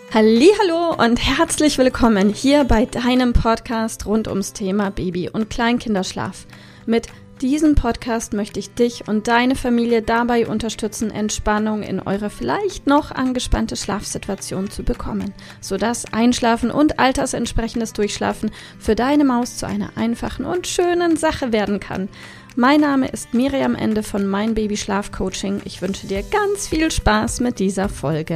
Hallihallo und herzlich willkommen hier bei deinem Podcast rund ums Thema Baby- und Kleinkinderschlaf. Mit diesem Podcast möchte ich dich und deine Familie dabei unterstützen, Entspannung in eure vielleicht noch angespannte Schlafsituation zu bekommen, sodass Einschlafen und altersentsprechendes Durchschlafen für deine Maus zu einer einfachen und schönen Sache werden kann. Mein Name ist Miriam Ende von Mein Baby Schlaf Coaching. Ich wünsche dir ganz viel Spaß mit dieser Folge.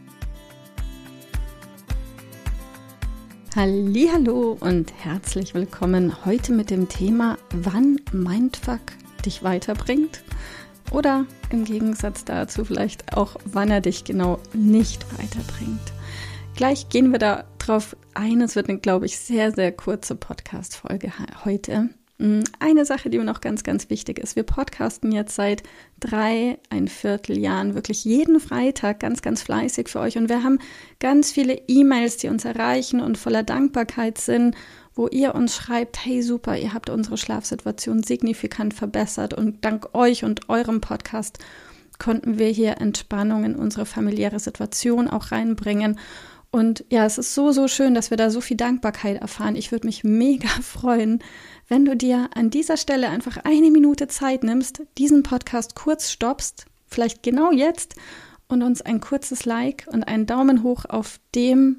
Hallihallo und herzlich willkommen heute mit dem Thema, wann Mindfuck dich weiterbringt oder im Gegensatz dazu vielleicht auch, wann er dich genau nicht weiterbringt. Gleich gehen wir da drauf ein. Es wird eine, glaube ich, sehr, sehr kurze Podcast-Folge heute. Eine Sache, die mir noch ganz, ganz wichtig ist. Wir podcasten jetzt seit 3,25 Jahren wirklich jeden Freitag ganz, ganz fleißig für euch. Und wir haben ganz viele E-Mails, die uns erreichen und voller Dankbarkeit sind, wo ihr uns schreibt, hey super, ihr habt unsere Schlafsituation signifikant verbessert und dank euch und eurem Podcast konnten wir hier Entspannung in unsere familiäre Situation auch reinbringen. Und ja, es ist so, so schön, dass wir da so viel Dankbarkeit erfahren. Ich würde mich mega freuen, wenn du dir an dieser Stelle einfach 1 Minute Zeit nimmst, diesen Podcast kurz stoppst, vielleicht genau jetzt, und uns ein kurzes Like und einen Daumen hoch auf dem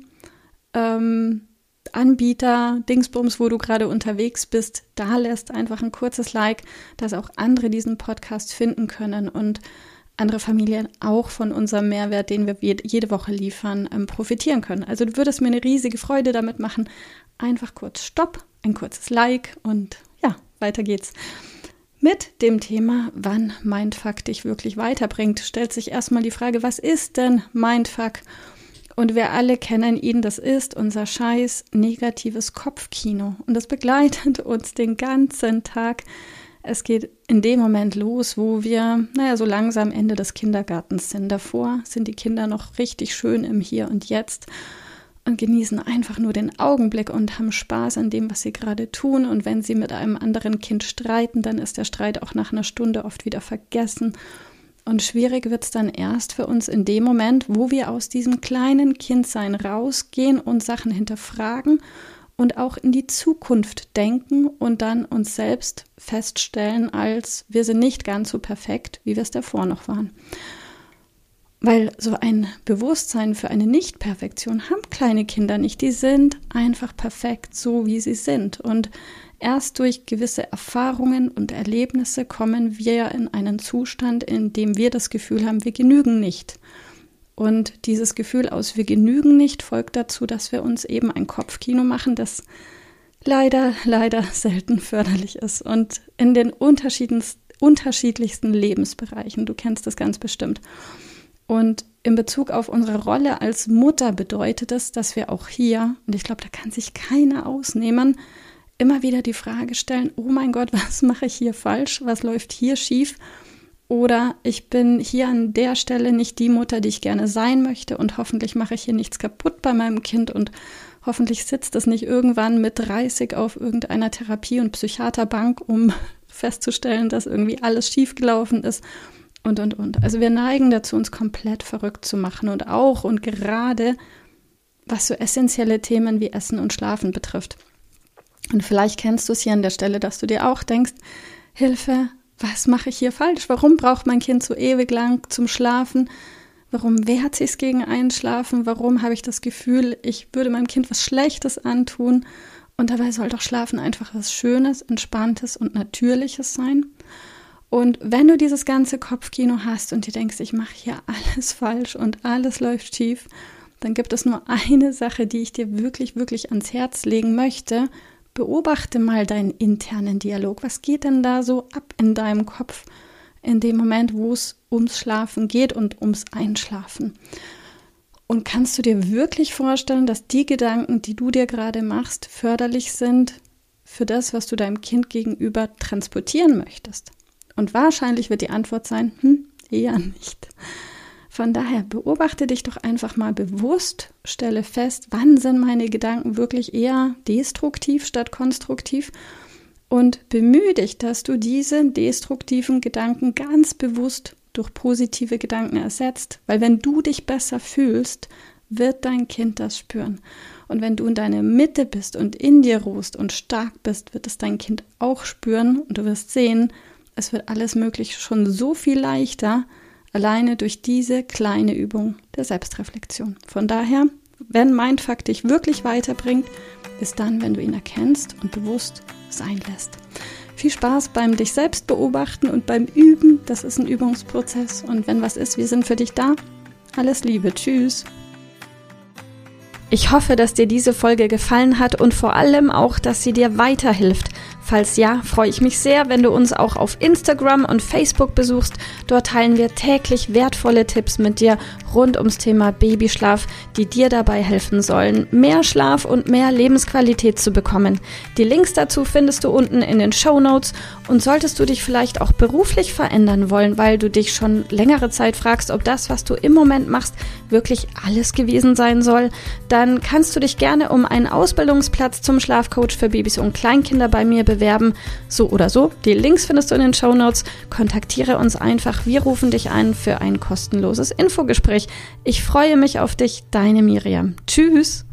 Anbieter, Dingsbums, wo du gerade unterwegs bist, da lässt, einfach ein kurzes Like, dass auch andere diesen Podcast finden können und andere Familien auch von unserem Mehrwert, den wir jede Woche liefern, profitieren können. Also du würdest mir eine riesige Freude damit machen. Einfach kurz Stopp, ein kurzes Like und ja, weiter geht's. Mit dem Thema, wann Mindfuck dich wirklich weiterbringt, stellt sich erstmal die Frage, was ist denn Mindfuck? Und wir alle kennen ihn, das ist unser scheiß negatives Kopfkino. Und das begleitet uns den ganzen Tag. Es geht in dem Moment los, wo wir, so langsam Ende des Kindergartens sind. Davor sind die Kinder noch richtig schön im Hier und Jetzt und genießen einfach nur den Augenblick und haben Spaß an dem, was sie gerade tun. Und wenn sie mit einem anderen Kind streiten, dann ist der Streit auch nach einer Stunde oft wieder vergessen. Und schwierig wird es dann erst für uns in dem Moment, wo wir aus diesem kleinen Kindsein rausgehen und Sachen hinterfragen und auch in die Zukunft denken und dann uns selbst feststellen, als wir sind nicht ganz so perfekt, wie wir es davor noch waren. Weil so ein Bewusstsein für eine Nicht-Perfektion haben kleine Kinder nicht. Die sind einfach perfekt, so wie sie sind. Und erst durch gewisse Erfahrungen und Erlebnisse kommen wir in einen Zustand, in dem wir das Gefühl haben, wir genügen nicht. Und dieses Gefühl aus, wir genügen nicht, folgt dazu, dass wir uns eben ein Kopfkino machen, das leider selten förderlich ist. Und in den unterschiedlichsten Lebensbereichen, du kennst das ganz bestimmt. Und in Bezug auf unsere Rolle als Mutter bedeutet es, dass wir auch hier, und ich glaube, da kann sich keiner ausnehmen, immer wieder die Frage stellen, oh mein Gott, was mache ich hier falsch, was läuft hier schief? Oder ich bin hier an der Stelle nicht die Mutter, die ich gerne sein möchte und hoffentlich mache ich hier nichts kaputt bei meinem Kind und hoffentlich sitzt es nicht irgendwann mit 30 auf irgendeiner Therapie- und Psychiaterbank, um festzustellen, dass irgendwie alles schiefgelaufen ist und. Also wir neigen dazu, uns komplett verrückt zu machen und auch und gerade, was so essentielle Themen wie Essen und Schlafen betrifft. Und vielleicht kennst du es hier an der Stelle, dass du dir auch denkst, Hilfe, was mache ich hier falsch? Warum braucht mein Kind so ewig lang zum Schlafen? Warum wehrt sich es gegen Einschlafen? Warum habe ich das Gefühl, ich würde meinem Kind was Schlechtes antun? Und dabei soll doch Schlafen einfach was Schönes, Entspanntes und Natürliches sein. Und wenn du dieses ganze Kopfkino hast und dir denkst, ich mache hier alles falsch und alles läuft schief, dann gibt es nur eine Sache, die ich dir wirklich, wirklich ans Herz legen möchte. Beobachte mal deinen internen Dialog. Was geht denn da so ab in deinem Kopf in dem Moment, wo es ums Schlafen geht und ums Einschlafen? Und kannst du dir wirklich vorstellen, dass die Gedanken, die du dir gerade machst, förderlich sind für das, was du deinem Kind gegenüber transportieren möchtest? Und wahrscheinlich wird die Antwort sein, eher nicht. Von daher beobachte dich doch einfach mal bewusst, stelle fest, wann sind meine Gedanken wirklich eher destruktiv statt konstruktiv und bemühe dich, dass du diese destruktiven Gedanken ganz bewusst durch positive Gedanken ersetzt, weil wenn du dich besser fühlst, wird dein Kind das spüren. Und wenn du in deiner Mitte bist und in dir ruhst und stark bist, wird es dein Kind auch spüren und du wirst sehen, es wird alles Mögliche schon so viel leichter, alleine durch diese kleine Übung der Selbstreflexion. Von daher, wenn Mindfuck dich wirklich weiterbringt, ist dann, wenn du ihn erkennst und bewusst sein lässt. Viel Spaß beim dich selbst beobachten und beim Üben. Das ist ein Übungsprozess. Und wenn was ist, wir sind für dich da. Alles Liebe. Tschüss. Ich hoffe, dass dir diese Folge gefallen hat und vor allem auch, dass sie dir weiterhilft. Falls ja, freue ich mich sehr, wenn du uns auch auf Instagram und Facebook besuchst. Dort teilen wir täglich wertvolle Tipps mit dir rund ums Thema Babyschlaf, die dir dabei helfen sollen, mehr Schlaf und mehr Lebensqualität zu bekommen. Die Links dazu findest du unten in den Shownotes. Und solltest du dich vielleicht auch beruflich verändern wollen, weil du dich schon längere Zeit fragst, ob das, was du im Moment machst, wirklich alles gewesen sein soll, dann kannst du dich gerne um einen Ausbildungsplatz zum Schlafcoach für Babys und Kleinkinder bei mir bewerben. So oder so, die Links findest du in den Shownotes. Kontaktiere uns einfach, wir rufen dich ein für ein kostenloses Infogespräch. Ich freue mich auf dich, deine Miriam. Tschüss!